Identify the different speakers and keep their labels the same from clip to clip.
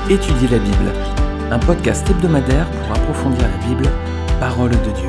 Speaker 1: Étudier la Bible, un podcast hebdomadaire pour approfondir la Bible, parole de Dieu.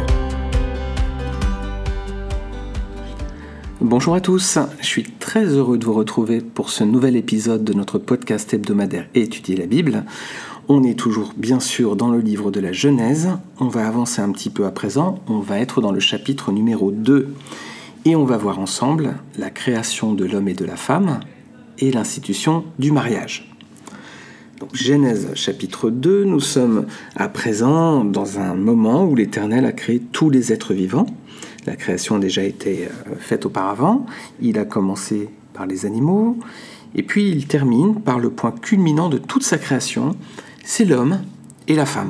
Speaker 1: Bonjour à tous, je suis très heureux de vous retrouver pour ce nouvel épisode de notre podcast hebdomadaire Étudier la Bible. On est toujours bien sûr dans le livre de la Genèse, on va avancer un petit peu à présent, on va être dans le chapitre numéro 2 et on va voir ensemble la création de l'homme et de la femme et l'institution du mariage. Donc, Genèse chapitre 2, nous sommes à présent dans un moment où l'Éternel a créé tous les êtres vivants. La création a déjà été faite auparavant, il a commencé par les animaux, et puis il termine par le point culminant de toute sa création, c'est l'homme et la femme.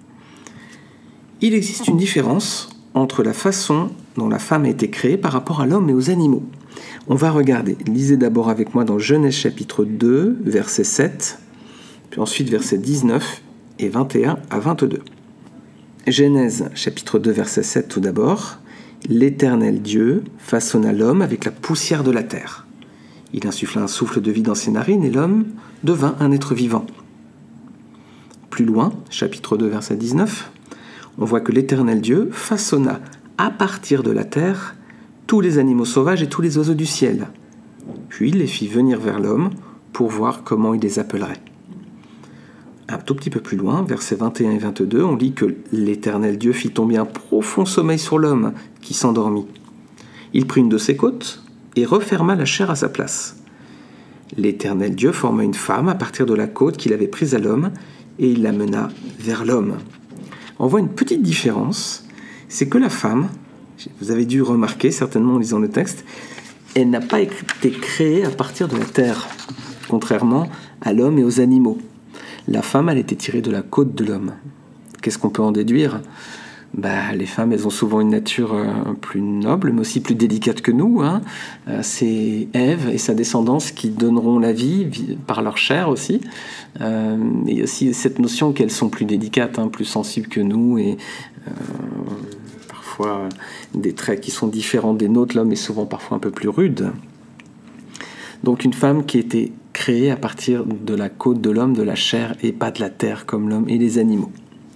Speaker 1: Il existe une différence entre la façon dont la femme a été créée par rapport à l'homme et aux animaux. On va regarder, lisez d'abord avec moi dans Genèse chapitre 2, verset 7, puis ensuite versets 19 et 21 à 22. Genèse chapitre 2 verset 7 tout d'abord. L'Éternel Dieu façonna l'homme avec la poussière de la terre. Il insuffla un souffle de vie dans ses narines et l'homme devint un être vivant. Plus loin, chapitre 2 verset 19, on voit que l'Éternel Dieu façonna à partir de la terre tous les animaux sauvages et tous les oiseaux du ciel. Puis il les fit venir vers l'homme pour voir comment il les appellerait. Un tout petit peu plus loin, versets 21 et 22, on lit que l'Éternel Dieu fit tomber un profond sommeil sur l'homme qui s'endormit. Il prit une de ses côtes et referma la chair à sa place. L'Éternel Dieu forma une femme à partir de la côte qu'il avait prise à l'homme et il l'amena vers l'homme. On voit une petite différence, c'est que la femme, vous avez dû remarquer certainement en lisant le texte, elle n'a pas été créée à partir de la terre, contrairement à l'homme et aux animaux. La femme, elle était tirée de la côte de l'homme. Qu'est-ce qu'on peut en déduire ? Les femmes, elles ont souvent une nature plus noble, mais aussi plus délicate que nous. C'est Ève et sa descendance qui donneront la vie par leur chair aussi. Et aussi cette notion qu'elles sont plus délicates, plus sensibles que nous, et parfois des traits qui sont différents des nôtres. L'homme est souvent parfois un peu plus rude. Donc une femme qui était créée à partir de la côte de l'homme, de la chair, et pas de la terre comme l'homme et les animaux.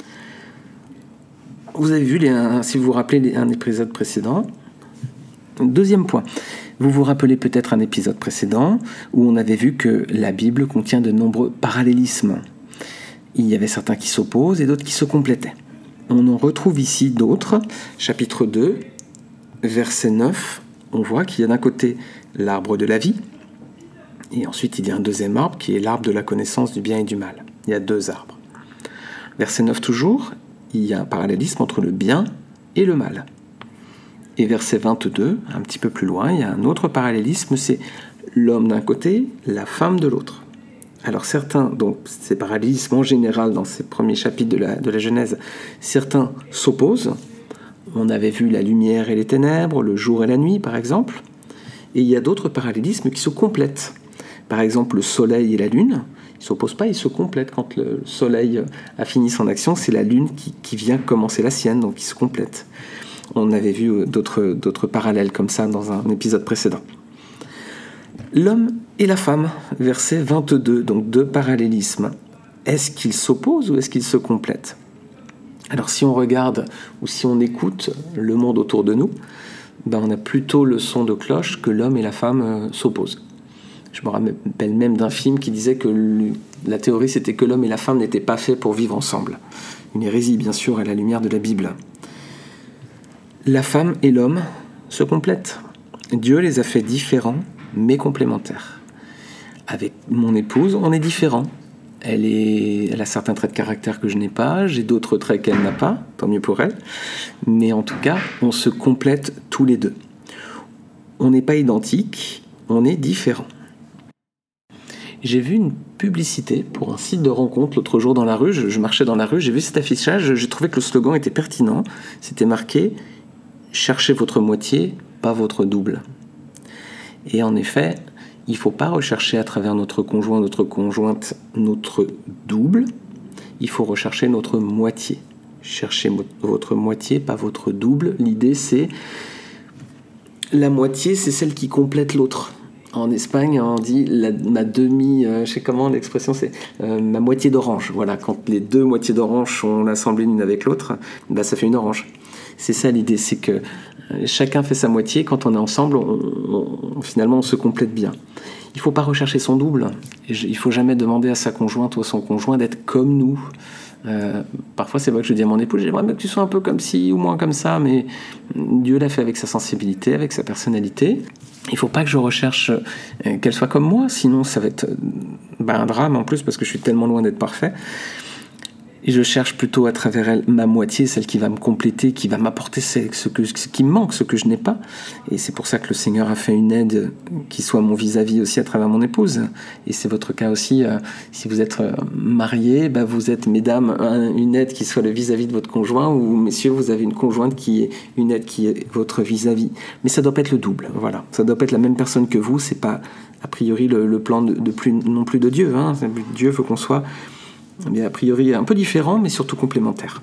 Speaker 1: Vous avez vu, si vous vous rappelez un épisode précédent. Deuxième point, vous vous rappelez peut-être un épisode précédent où on avait vu que la Bible contient de nombreux parallélismes. Il y avait certains qui s'opposent et d'autres qui se complétaient. On en retrouve ici d'autres. Chapitre 2, verset 9, on voit qu'il y a d'un côté l'arbre de la vie, et ensuite, il y a un deuxième arbre qui est l'arbre de la connaissance du bien et du mal. Il y a deux arbres. Verset 9 toujours, il y a un parallélisme entre le bien et le mal. Et verset 22, un petit peu plus loin, il y a un autre parallélisme, c'est l'homme d'un côté, la femme de l'autre. Alors certains, donc ces parallélismes en général dans ces premiers chapitres de la Genèse, certains s'opposent. On avait vu la lumière et les ténèbres, le jour et la nuit par exemple. Et il y a d'autres parallélismes qui se complètent. Par exemple, le soleil et la lune, ils ne s'opposent pas, ils se complètent. Quand le soleil a fini son action, c'est la lune qui vient commencer la sienne, donc ils se complètent. On avait vu d'autres parallèles comme ça dans un épisode précédent. L'homme et la femme, verset 22, donc deux parallélismes. Est-ce qu'ils s'opposent ou est-ce qu'ils se complètent ? Alors si on regarde ou si on écoute le monde autour de nous, on a plutôt le son de cloche que l'homme et la femme s'opposent. Je me rappelle même d'un film qui disait que la théorie c'était que l'homme et la femme n'étaient pas faits pour vivre ensemble. Une hérésie bien sûr à la lumière de la Bible. La femme et l'homme se complètent. Dieu les a fait différents mais complémentaires. Avec mon épouse, on est différents. Elle a certains traits de caractère que je n'ai pas, j'ai d'autres traits qu'elle n'a pas, tant mieux pour elle. Mais en tout cas, on se complète tous les deux. On n'est pas identiques, on est différents. J'ai vu une publicité pour un site de rencontre l'autre jour dans la rue. Je marchais dans la rue, j'ai vu cet affichage, j'ai trouvé que le slogan était pertinent. C'était marqué « Cherchez votre moitié, pas votre double ». Et en effet, il ne faut pas rechercher à travers notre conjoint, notre conjointe, notre double. Il faut rechercher notre moitié. Cherchez votre moitié, pas votre double. L'idée, c'est la moitié, c'est celle qui complète l'autre. En Espagne, on dit ma demi, je sais comment l'expression c'est, ma moitié d'orange. Voilà, quand les deux moitiés d'orange sont assemblées l'une avec l'autre, ça fait une orange. C'est ça l'idée, c'est que chacun fait sa moitié. Quand on est ensemble, finalement, on se complète bien. Il ne faut pas rechercher son double. Il ne faut jamais demander à sa conjointe ou à son conjoint d'être comme nous. Parfois, c'est vrai que je dis à mon épouse, j'aimerais bien que tu sois un peu comme ci ou moins comme ça, mais Dieu l'a fait avec sa sensibilité, avec sa personnalité. Il ne faut pas que je recherche qu'elle soit comme moi, sinon ça va être un drame en plus parce que je suis tellement loin d'être parfait. Et je cherche plutôt à travers elle ma moitié, celle qui va me compléter, qui va m'apporter ce qui me manque, ce que je n'ai pas. Et c'est pour ça que le Seigneur a fait une aide qui soit mon vis-à-vis aussi à travers mon épouse. Et c'est votre cas aussi. Si vous êtes mariés, vous êtes, mesdames, une aide qui soit le vis-à-vis de votre conjoint, ou messieurs, vous avez une conjointe qui est une aide qui est votre vis-à-vis. Mais ça doit pas être le double. Voilà. Ça doit pas être la même personne que vous. C'est pas a priori le plan non plus de Dieu. Hein. Dieu veut qu'on soit a priori un peu différent, mais surtout complémentaire.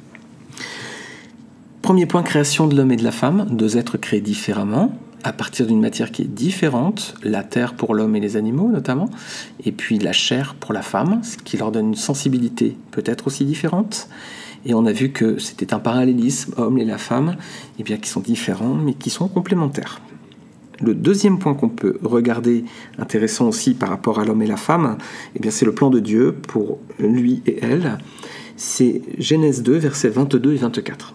Speaker 1: Premier point, création de l'homme et de la femme, deux êtres créés différemment, à partir d'une matière qui est différente, la terre pour l'homme et les animaux notamment, et puis la chair pour la femme, ce qui leur donne une sensibilité peut-être aussi différente. Et on a vu que c'était un parallélisme, homme et la femme, qui sont différents, mais qui sont complémentaires. Le deuxième point qu'on peut regarder, intéressant aussi par rapport à l'homme et la femme, c'est le plan de Dieu pour lui et elle. C'est Genèse 2, versets 22 et 24.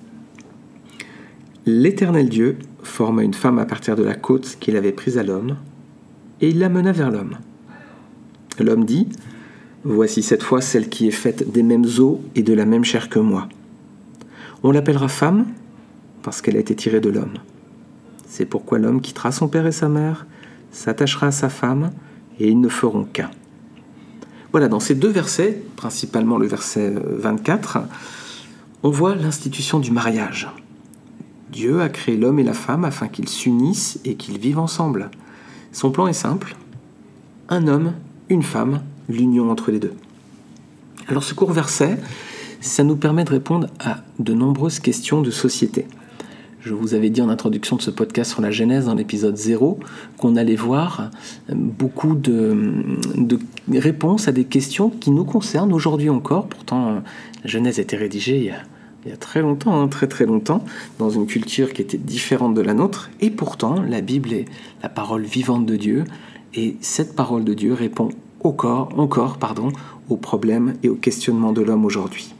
Speaker 1: L'Éternel Dieu forma une femme à partir de la côte qu'il avait prise à l'homme, et il la mena vers l'homme. L'homme dit, « Voici cette fois celle qui est faite des mêmes os et de la même chair que moi. On l'appellera femme parce qu'elle a été tirée de l'homme. C'est pourquoi l'homme quittera son père et sa mère, s'attachera à sa femme, et ils ne feront qu'un. » Voilà, dans ces deux versets, principalement le verset 24, on voit l'institution du mariage. Dieu a créé l'homme et la femme afin qu'ils s'unissent et qu'ils vivent ensemble. Son plan est simple, un homme, une femme, l'union entre les deux. Alors ce court verset, ça nous permet de répondre à de nombreuses questions de société. Je vous avais dit en introduction de ce podcast sur la Genèse, dans l'épisode 0, qu'on allait voir beaucoup de réponses à des questions qui nous concernent aujourd'hui encore. Pourtant, la Genèse a été rédigée il y a très longtemps, très très longtemps, dans une culture qui était différente de la nôtre. Et pourtant, la Bible est la parole vivante de Dieu. Et cette parole de Dieu répond encore, aux problèmes et aux questionnements de l'homme aujourd'hui.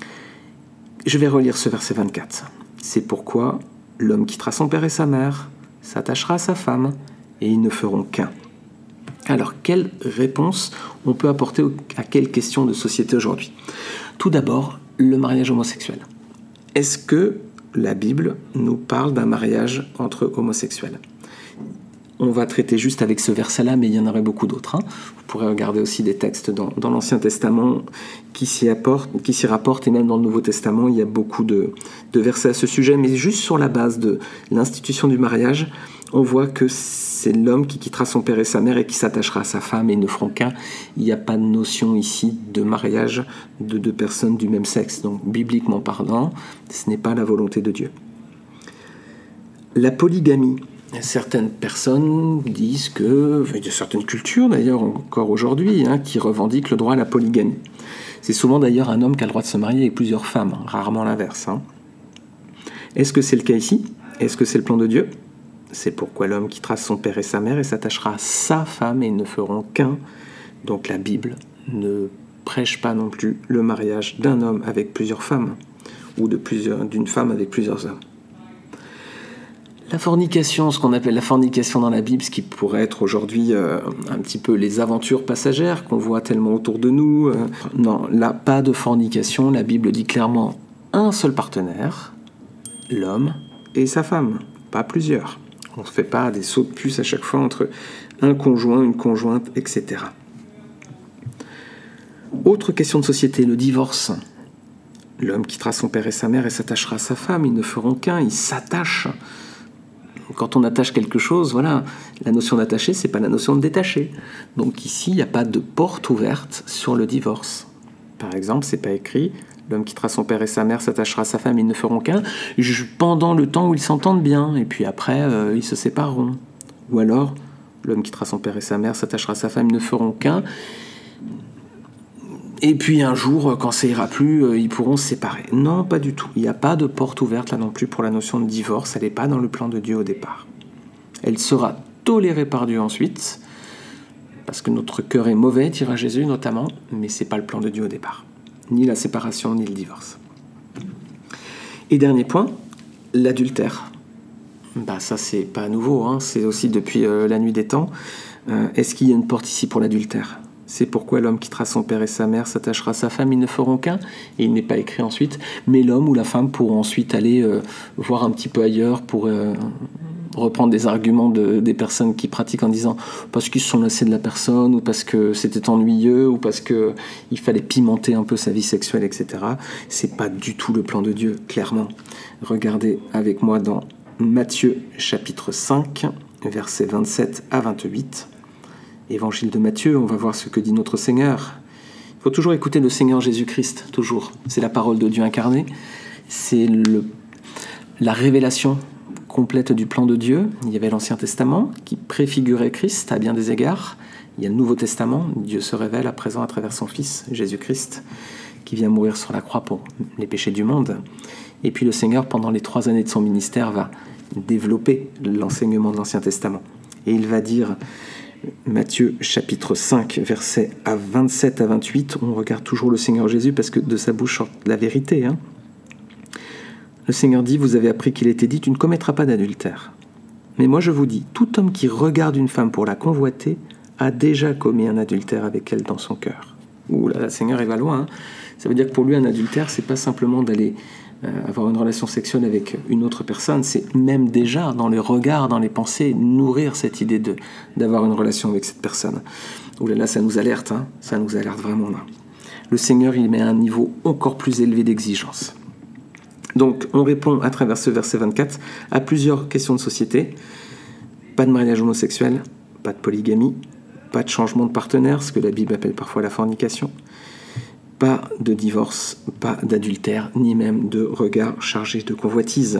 Speaker 1: Je vais relire ce verset 24. C'est pourquoi l'homme quittera son père et sa mère, s'attachera à sa femme, et ils ne feront qu'un. Alors, quelle réponse on peut apporter à quelle question de société aujourd'hui ? Tout d'abord, le mariage homosexuel. Est-ce que la Bible nous parle d'un mariage entre homosexuels ? On va traiter juste avec ce verset-là, mais il y en aurait beaucoup d'autres. Vous pourrez regarder aussi des textes dans l'Ancien Testament qui s'y rapportent, et même dans le Nouveau Testament, il y a beaucoup de versets à ce sujet. Mais juste sur la base de l'institution du mariage, on voit que c'est l'homme qui quittera son père et sa mère et qui s'attachera à sa femme et ils ne feront qu'un. Il n'y a pas de notion ici de mariage de deux personnes du même sexe. Donc, bibliquement parlant, ce n'est pas la volonté de Dieu. La polygamie. Certaines personnes disent que, il y a certaines cultures d'ailleurs encore aujourd'hui, qui revendiquent le droit à la polygamie. C'est souvent d'ailleurs un homme qui a le droit de se marier avec plusieurs femmes, rarement l'inverse. Est-ce que c'est le cas ici ? Est-ce que c'est le plan de Dieu ? C'est pourquoi l'homme quittera son père et sa mère et s'attachera à sa femme et ils ne feront qu'un. Donc la Bible ne prêche pas non plus le mariage d'un homme avec plusieurs femmes ou d'une femme avec plusieurs hommes. La fornication, ce qu'on appelle la fornication dans la Bible, ce qui pourrait être aujourd'hui un petit peu les aventures passagères qu'on voit tellement autour de nous. Non, là, pas de fornication. La Bible dit clairement un seul partenaire, l'homme et sa femme, pas plusieurs. On ne fait pas des sauts de puce à chaque fois entre un conjoint, une conjointe, etc. Autre question de société, le divorce. L'homme quittera son père et sa mère et s'attachera à sa femme. Ils ne feront qu'un, ils s'attachent. Quand on attache quelque chose, voilà, la notion d'attacher, c'est pas la notion de détacher. Donc ici, il n'y a pas de porte ouverte sur le divorce. Par exemple, c'est pas écrit « L'homme quittera son père et sa mère, s'attachera à sa femme, ils ne feront qu'un » pendant le temps où ils s'entendent bien, et puis après, ils se sépareront. Ou alors, L'homme quittera son père et sa mère, s'attachera à sa femme, ils ne feront qu'un. Et puis un jour, quand ça ira plus, ils pourront se séparer. Non, pas du tout. Il n'y a pas de porte ouverte là non plus pour la notion de divorce. Elle n'est pas dans le plan de Dieu au départ. Elle sera tolérée par Dieu ensuite, parce que notre cœur est mauvais, dira Jésus notamment, mais ce n'est pas le plan de Dieu au départ. Ni la séparation, ni le divorce. Et dernier point, l'adultère. Ça, c'est pas nouveau, hein. C'est aussi depuis la nuit des temps. Est-ce qu'il y a une porte ici pour l'adultère ? C'est pourquoi l'homme quittera son père et sa mère, s'attachera à sa femme, ils ne feront qu'un. Et il n'est pas écrit ensuite, mais l'homme ou la femme pourront ensuite aller voir un petit peu ailleurs pour reprendre des arguments des personnes qui pratiquent en disant parce qu'ils se sont lassés de la personne, ou parce que c'était ennuyeux, ou parce qu'il fallait pimenter un peu sa vie sexuelle, etc. C'est pas du tout le plan de Dieu, clairement. Regardez avec moi dans Matthieu chapitre 5, versets 27 à 28. Évangile de Matthieu, on va voir ce que dit notre Seigneur. Il faut toujours écouter le Seigneur Jésus-Christ, toujours. C'est la parole de Dieu incarnée. C'est la révélation complète du plan de Dieu. Il y avait l'Ancien Testament qui préfigurait Christ à bien des égards. Il y a le Nouveau Testament. Dieu se révèle à présent à travers son Fils, Jésus-Christ, qui vient mourir sur la croix pour les péchés du monde. Et puis le Seigneur, pendant les 3 années de son ministère, va développer l'enseignement de l'Ancien Testament. Et il va dire... Matthieu chapitre 5, versets 27 à 28, on regarde toujours le Seigneur Jésus parce que de sa bouche sort la vérité. Le Seigneur dit, vous avez appris qu'il était dit, tu ne commettras pas d'adultère. Mais moi je vous dis, tout homme qui regarde une femme pour la convoiter a déjà commis un adultère avec elle dans son cœur. Ouh là, le Seigneur il va loin. Ça veut dire que pour lui un adultère, c'est pas simplement d'aller avoir une relation sexuelle avec une autre personne, c'est même déjà dans les regards, dans les pensées, nourrir cette idée d'avoir une relation avec cette personne. Ouh là là, ça nous alerte, ça nous alerte vraiment là. Le Seigneur, il met un niveau encore plus élevé d'exigence. Donc, on répond à travers ce verset 24 à plusieurs questions de société. Pas de mariage homosexuel, pas de polygamie, pas de changement de partenaire, ce que la Bible appelle parfois la fornication. Pas de divorce, pas d'adultère, ni même de regard chargé de convoitise.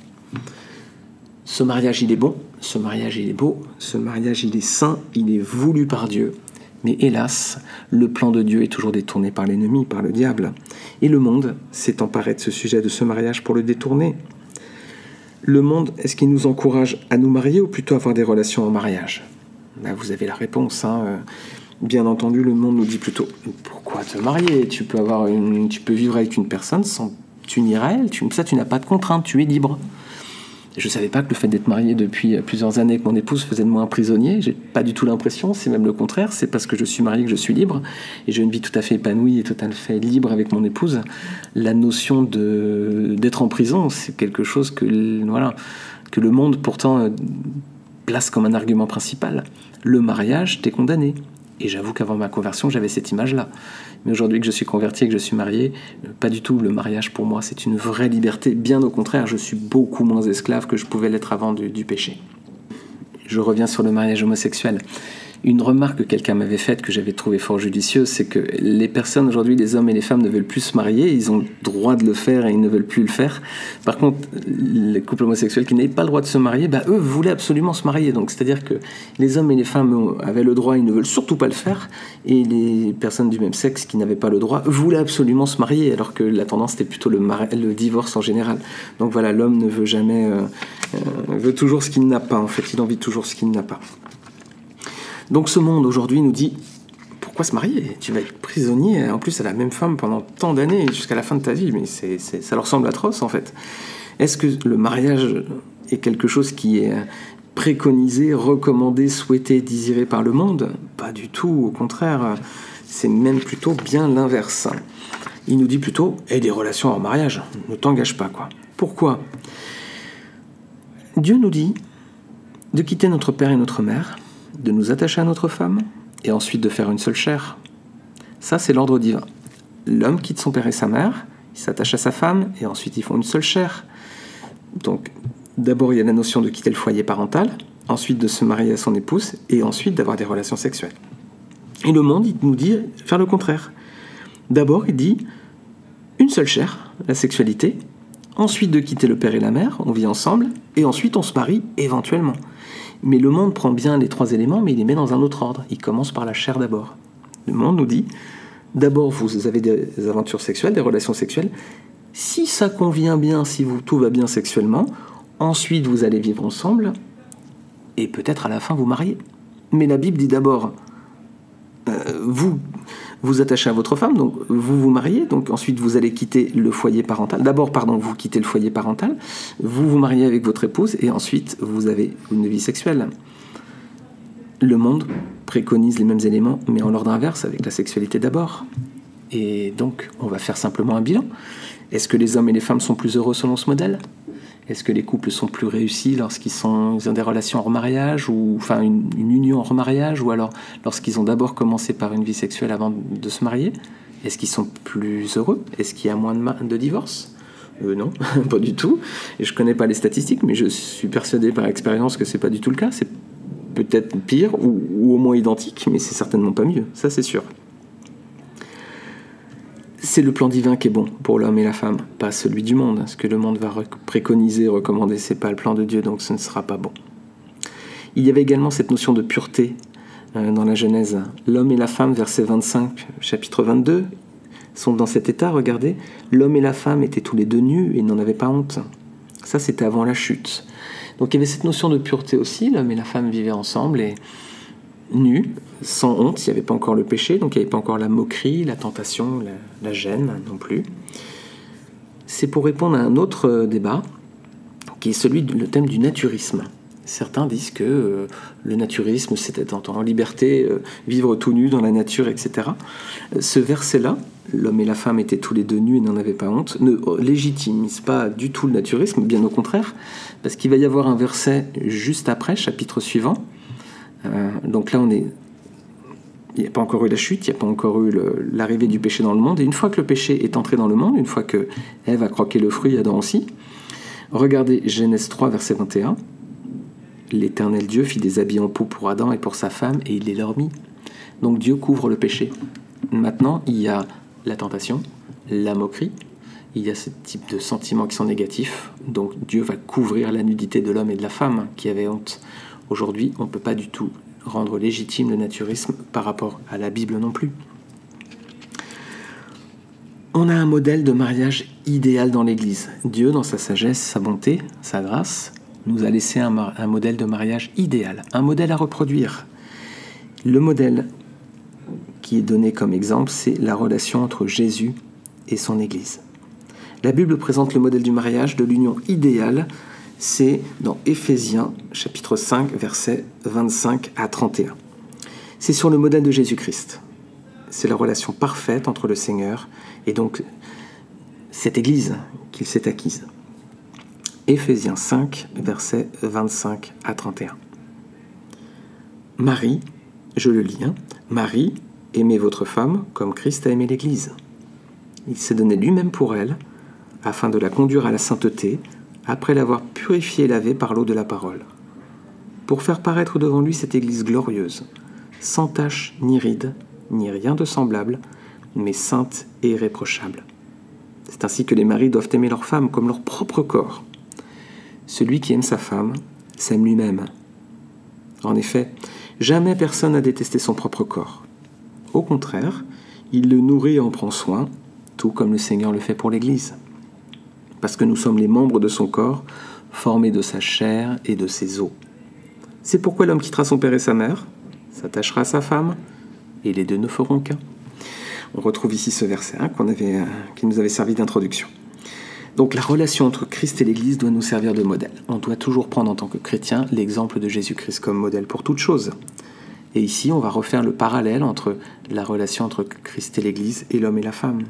Speaker 1: Ce mariage, il est bon, ce mariage, il est beau, ce mariage, il est saint, il est voulu par Dieu. Mais hélas, le plan de Dieu est toujours détourné par l'ennemi, par le diable. Et le monde s'est emparé de ce sujet de ce mariage pour le détourner. Le monde, est-ce qu'il nous encourage à nous marier ou plutôt à avoir des relations en mariage ? Vous avez la réponse, Bien entendu, le monde nous dit plutôt « Pourquoi te marier ? Tu peux vivre avec une personne sans t'unir à elle. Tu n'as pas de contrainte, tu es libre. » Je ne savais pas que le fait d'être marié depuis plusieurs années avec mon épouse faisait de moi un prisonnier. J'ai pas du tout l'impression, c'est même le contraire. C'est parce que je suis marié que je suis libre. Et j'ai une vie tout à fait épanouie et tout à fait libre avec mon épouse. La notion d'être en prison, c'est quelque chose que le monde pourtant place comme un argument principal. Le mariage, t'es condamné. Et j'avoue qu'avant ma conversion, j'avais cette image-là. Mais aujourd'hui que je suis converti et que je suis marié, pas du tout. Le mariage, pour moi, c'est une vraie liberté. Bien au contraire, je suis beaucoup moins esclave que je pouvais l'être avant du péché. Je reviens sur le mariage homosexuel. Une remarque que quelqu'un m'avait faite, que j'avais trouvée fort judicieuse, c'est que les personnes aujourd'hui, les hommes et les femmes ne veulent plus se marier, ils ont le droit de le faire et ils ne veulent plus le faire. Par contre, les couples homosexuels qui n'avaient pas le droit de se marier, eux voulaient absolument se marier. Donc, c'est-à-dire que les hommes et les femmes avaient le droit, ils ne veulent surtout pas le faire, et les personnes du même sexe qui n'avaient pas le droit voulaient absolument se marier, alors que la tendance était plutôt le divorce en général. Donc voilà, l'homme ne veut jamais, veut toujours ce qu'il n'a pas, en fait, il envie toujours ce qu'il n'a pas. Donc ce monde aujourd'hui nous dit, pourquoi se marier ? Tu vas être prisonnier, en plus à la même femme pendant tant d'années, jusqu'à la fin de ta vie, mais ça leur semble atroce en fait. Est-ce que le mariage est quelque chose qui est préconisé, recommandé, souhaité, désiré par le monde ? Pas du tout, au contraire, c'est même plutôt bien l'inverse. Il nous dit plutôt, des relations en mariage, ne t'engage pas quoi. Pourquoi ? Dieu nous dit de quitter notre père et notre mère, de nous attacher à notre femme, et ensuite de faire une seule chair. Ça, c'est l'ordre divin. L'homme quitte son père et sa mère, il s'attache à sa femme, et ensuite ils font une seule chair. Donc, d'abord, il y a la notion de quitter le foyer parental, ensuite de se marier à son épouse, et ensuite d'avoir des relations sexuelles. Et le monde, il nous dit faire le contraire. D'abord, il dit une seule chair, la sexualité, ensuite de quitter le père et la mère, on vit ensemble, et ensuite on se marie éventuellement. Mais le monde prend bien les 3 éléments, mais il les met dans un autre ordre. Il commence par la chair d'abord. Le monde nous dit, d'abord vous avez des aventures sexuelles, des relations sexuelles. Si ça convient bien, si tout va bien sexuellement, ensuite vous allez vivre ensemble, et peut-être à la fin vous marier. Mais la Bible dit d'abord, vous vous attachez à votre femme, donc vous vous mariez, donc ensuite vous allez quitter le foyer parental. D'abord, vous quittez le foyer parental, vous vous mariez avec votre épouse, et ensuite vous avez une vie sexuelle. Le monde préconise les mêmes éléments, mais en ordre inverse, avec la sexualité d'abord. Et donc, on va faire simplement un bilan. Est-ce que les hommes et les femmes sont plus heureux selon ce modèle ? Est-ce que les couples sont plus réussis lorsqu'ils ont des relations hors mariage, ou enfin une union hors mariage, ou alors lorsqu'ils ont d'abord commencé par une vie sexuelle avant de se marier ? Est-ce qu'ils sont plus heureux ? Est-ce qu'il y a moins de divorces ? Non, pas du tout. Et je ne connais pas les statistiques, mais je suis persuadé par expérience que ce n'est pas du tout le cas. C'est peut-être pire ou au moins identique, mais c'est certainement pas mieux, ça c'est sûr. C'est le plan divin qui est bon pour l'homme et la femme, pas celui du monde. Ce que le monde va préconiser, recommander, c'est pas le plan de Dieu, donc ce ne sera pas bon. Il y avait également cette notion de pureté dans la Genèse. L'homme et la femme, verset 25, chapitre 22, sont dans cet état, regardez. L'homme et la femme étaient tous les deux nus et n'en avaient pas honte. Ça, c'était avant la chute. Donc il y avait cette notion de pureté aussi. L'homme et la femme vivaient ensemble et nus, sans honte. Il n'y avait pas encore le péché, donc il n'y avait pas encore la moquerie, la tentation, la gêne non plus. C'est pour répondre à un autre débat, qui est le thème du naturisme. Certains disent que le naturisme, c'est être en liberté, vivre tout nu dans la nature, etc. Ce verset-là, l'homme et la femme étaient tous les deux nus et n'en avaient pas honte, ne légitimise pas du tout le naturisme, bien au contraire, parce qu'il va y avoir un verset juste après, chapitre suivant. Donc là, il n'y a pas encore eu la chute, il n'y a pas encore eu l'arrivée du péché dans le monde. Et une fois que le péché est entré dans le monde, une fois que Ève a croqué le fruit, Adam aussi, regardez Genèse 3, verset 21. L'Éternel Dieu fit des habits en peau pour Adam et pour sa femme, et il les leur mit. Donc Dieu couvre le péché. Maintenant, il y a la tentation, la moquerie, il y a ce type de sentiments qui sont négatifs. Donc Dieu va couvrir la nudité de l'homme et de la femme qui avaient honte. Aujourd'hui, on ne peut pas du tout rendre légitime le naturisme par rapport à la Bible non plus. On a un modèle de mariage idéal dans l'Église. Dieu, dans sa sagesse, sa bonté, sa grâce, nous a laissé un modèle de mariage idéal, un modèle à reproduire. Le modèle qui est donné comme exemple, c'est la relation entre Jésus et son Église. La Bible présente le modèle du mariage, de l'union idéale. C'est dans Éphésiens, chapitre 5, versets 25 à 31. C'est sur le modèle de Jésus-Christ. C'est la relation parfaite entre le Seigneur et donc cette Église qu'il s'est acquise. Éphésiens 5, versets 25 à 31. Marie, je le lis, Marie, aimez votre femme comme Christ a aimé l'Église. Il s'est donné lui-même pour elle, afin de la conduire à la sainteté, après l'avoir purifiée et lavée par l'eau de la parole, pour faire paraître devant lui cette Église glorieuse, sans tache ni ride, ni rien de semblable, mais sainte et irréprochable. C'est ainsi que les maris doivent aimer leur femme comme leur propre corps. Celui qui aime sa femme s'aime lui-même. En effet, jamais personne n'a détesté son propre corps. Au contraire, il le nourrit et en prend soin, tout comme le Seigneur le fait pour l'Église. Parce que nous sommes les membres de son corps, formés de sa chair et de ses os. C'est pourquoi l'homme quittera son père et sa mère, s'attachera à sa femme, et les deux ne feront qu'un. On retrouve ici ce verset qui nous avait servi d'introduction. Donc la relation entre Christ et l'Église doit nous servir de modèle. On doit toujours prendre en tant que chrétien l'exemple de Jésus-Christ comme modèle pour toute chose. Et ici, on va refaire le parallèle entre la relation entre Christ et l'Église et l'homme et la femme.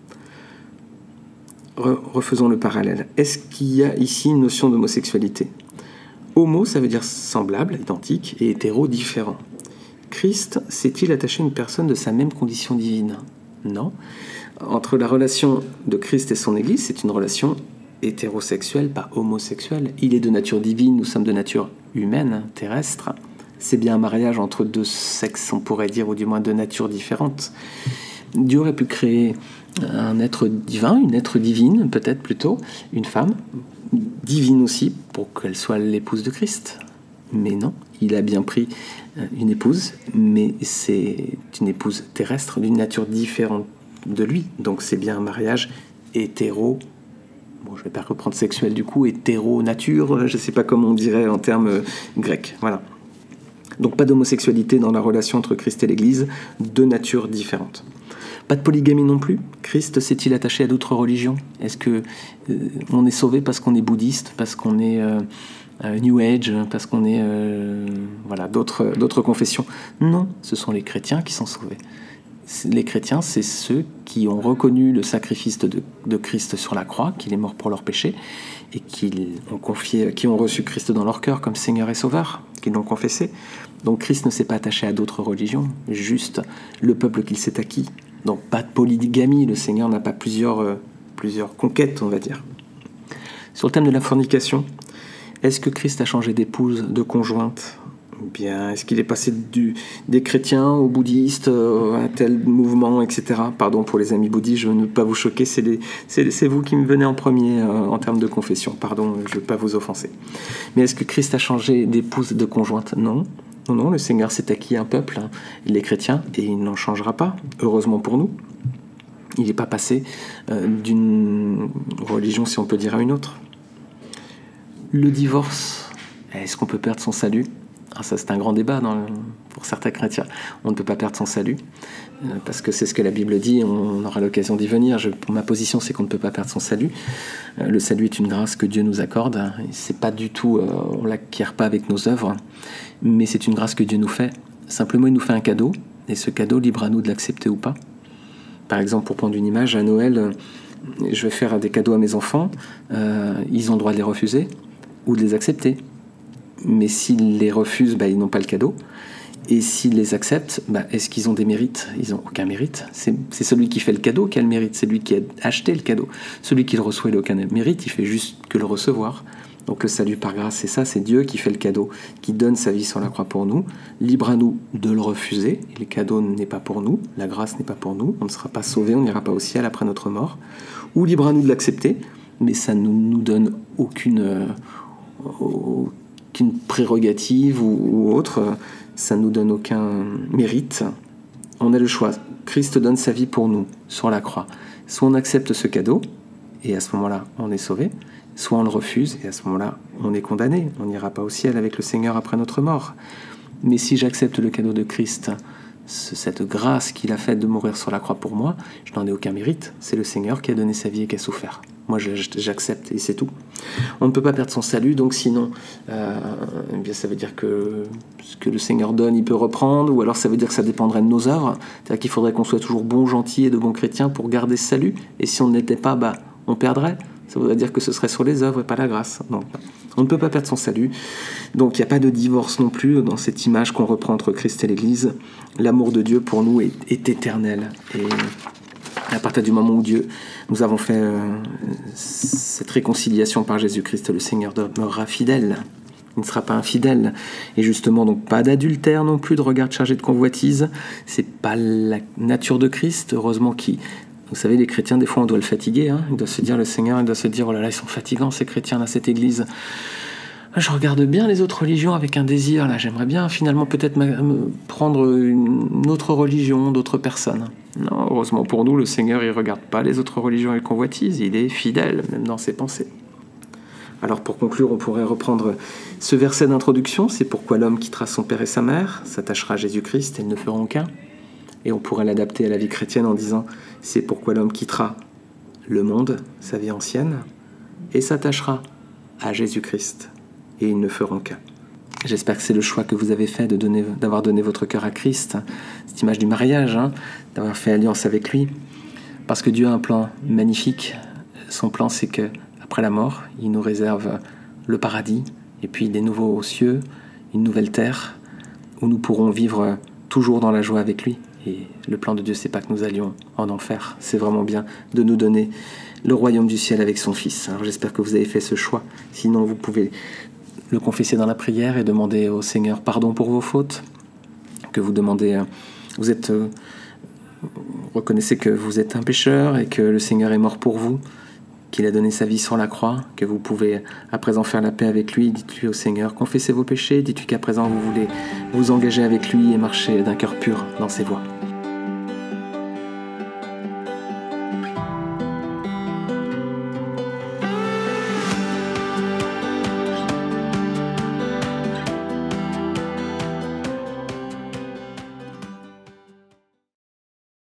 Speaker 1: Refaisons le parallèle. Est-ce qu'il y a ici une notion d'homosexualité ? Homo, ça veut dire semblable, identique, et hétéro, différent. Christ s'est-il attaché à une personne de sa même condition divine ? Non. Entre la relation de Christ et son Église, c'est une relation hétérosexuelle, pas homosexuelle. Il est de nature divine, nous sommes de nature humaine, terrestre. C'est bien un mariage entre deux sexes, on pourrait dire, ou du moins deux natures différentes. Dieu aurait pu créer un être divin, une être divine, peut-être plutôt, une femme, divine aussi, pour qu'elle soit l'épouse de Christ. Mais non, il a bien pris une épouse, mais c'est une épouse terrestre d'une nature différente de lui. Donc c'est bien un mariage hétéro. Bon, je ne vais pas reprendre sexuel du coup, hétéro-nature, je ne sais pas comment on dirait en termes grecs. Voilà. Donc pas d'homosexualité dans la relation entre Christ et l'Église, deux natures différentes. Pas de polygamie non plus. Christ s'est-il attaché à d'autres religions ? Est-ce que on est sauvé parce qu'on est bouddhiste, parce qu'on est New Age, parce qu'on est d'autres confessions ? Non, ce sont les chrétiens qui sont sauvés. Les chrétiens, c'est ceux qui ont reconnu le sacrifice de Christ sur la croix, qu'il est mort pour leurs péchés, et qui ont reçu Christ dans leur cœur comme Seigneur et Sauveur, qui l'ont confessé. Donc Christ ne s'est pas attaché à d'autres religions, juste le peuple qu'il s'est acquis. Donc pas de polygamie, le Seigneur n'a pas plusieurs conquêtes, on va dire. Sur le thème de la fornication, est-ce que Christ a changé d'épouse, de conjointe ? Bien, est-ce qu'il est passé des chrétiens aux bouddhistes, à tel mouvement, etc. Pardon pour les amis bouddhistes, je ne veux pas vous choquer, c'est vous qui me venez en premier en termes de confession. Pardon, je ne veux pas vous offenser. Mais est-ce que Christ a changé d'épouse, de conjointe ? Non. Non, le Seigneur s'est acquis un peuple, les chrétiens, et il n'en changera pas, heureusement pour nous. Il n'est pas passé d'une religion, si on peut dire, à une autre. Le divorce, est-ce qu'on peut perdre son salut ? Ça, c'est un grand débat pour certains chrétiens. On ne peut pas perdre son salut, parce que c'est ce que la Bible dit, on aura l'occasion d'y venir. Pour ma position, c'est qu'on ne peut pas perdre son salut. Le salut est une grâce que Dieu nous accorde. C'est pas du tout, on ne l'acquiert pas avec nos œuvres, mais c'est une grâce que Dieu nous fait. Simplement, il nous fait un cadeau, et ce cadeau, libre à nous de l'accepter ou pas. Par exemple, pour prendre une image, à Noël, je vais faire des cadeaux à mes enfants, ils ont le droit de les refuser ou de les accepter. Mais s'ils les refusent, ils n'ont pas le cadeau. Et s'ils les acceptent, est-ce qu'ils ont des mérites ? Ils n'ont aucun mérite. C'est celui qui fait le cadeau qui a le mérite, c'est lui qui a acheté le cadeau. Celui qui le reçoit, il n'a aucun mérite, il fait juste que le recevoir. Donc le salut par grâce, c'est ça, c'est Dieu qui fait le cadeau, qui donne sa vie sur la croix pour nous. Libre à nous de le refuser. Le cadeau n'est pas pour nous, la grâce n'est pas pour nous, on ne sera pas sauvé, on n'ira pas au ciel après notre mort. Ou libre à nous de l'accepter, mais ça ne nous donne aucune prérogative ou autre, ça ne nous donne aucun mérite. On a le choix. Christ donne sa vie pour nous sur la croix. Soit on accepte ce cadeau, et à ce moment-là, on est sauvé, soit on le refuse, et à ce moment-là, on est condamné. On n'ira pas au ciel avec le Seigneur après notre mort. Mais si j'accepte le cadeau de Christ, cette grâce qu'il a faite de mourir sur la croix pour moi, je n'en ai aucun mérite. C'est le Seigneur qui a donné sa vie et qui a souffert. Moi, j'accepte, et c'est tout. On ne peut pas perdre son salut, donc sinon, bien, ça veut dire que ce que le Seigneur donne, il peut reprendre, ou alors ça veut dire que ça dépendrait de nos œuvres. C'est-à-dire qu'il faudrait qu'on soit toujours bons, gentils et de bons chrétiens pour garder ce salut, et si on ne l'était pas, on perdrait. Ça voudrait dire que ce serait sur les œuvres et pas la grâce. Donc, on ne peut pas perdre son salut. Donc, il n'y a pas de divorce non plus dans cette image qu'on reprend entre Christ et l'Église. L'amour de Dieu pour nous est éternel. Et à partir du moment où nous avons fait cette réconciliation par Jésus-Christ, le Seigneur demeurera fidèle. Il ne sera pas infidèle. Et justement, donc pas d'adultère non plus, de regard chargé de convoitise. C'est pas la nature de Christ. Heureusement vous savez, les chrétiens, des fois, on doit le fatiguer. Il doit se dire, le Seigneur, il doit se dire, oh là là, ils sont fatigants, ces chrétiens-là, cette église. Je regarde bien les autres religions avec un désir. Là, j'aimerais bien finalement peut-être prendre une autre religion, d'autres personnes. Non, heureusement pour nous, le Seigneur, il ne regarde pas les autres religions avec convoitise. Il est fidèle, même dans ses pensées. Alors pour conclure, on pourrait reprendre ce verset d'introduction. C'est pourquoi l'homme quittera son père et sa mère, s'attachera à Jésus-Christ et ils ne feront qu'un. Et on pourrait l'adapter à la vie chrétienne en disant c'est pourquoi l'homme quittera le monde, sa vie ancienne, et s'attachera à Jésus-Christ. Et ils ne feront qu'un. J'espère que c'est le choix que vous avez fait d'avoir donné votre cœur à Christ, cette image du mariage, d'avoir fait alliance avec lui. Parce que Dieu a un plan magnifique. Son plan, c'est qu'après la mort, il nous réserve le paradis, et puis des nouveaux cieux, une nouvelle terre, où nous pourrons vivre toujours dans la joie avec lui. Et le plan de Dieu, c'est pas que nous allions en enfer. C'est vraiment bien de nous donner le royaume du ciel avec son Fils. Alors j'espère que vous avez fait ce choix. Sinon, vous pouvez le confesser dans la prière et demander au Seigneur pardon pour vos fautes. Que vous demandez, reconnaissez que vous êtes un pécheur et que le Seigneur est mort pour vous. qu'il a donné sa vie sur la croix, que vous pouvez à présent faire la paix avec lui. Dites-lui au Seigneur, confessez vos péchés, dites-lui qu'à présent vous voulez vous engager avec lui et marcher d'un cœur pur dans ses voies.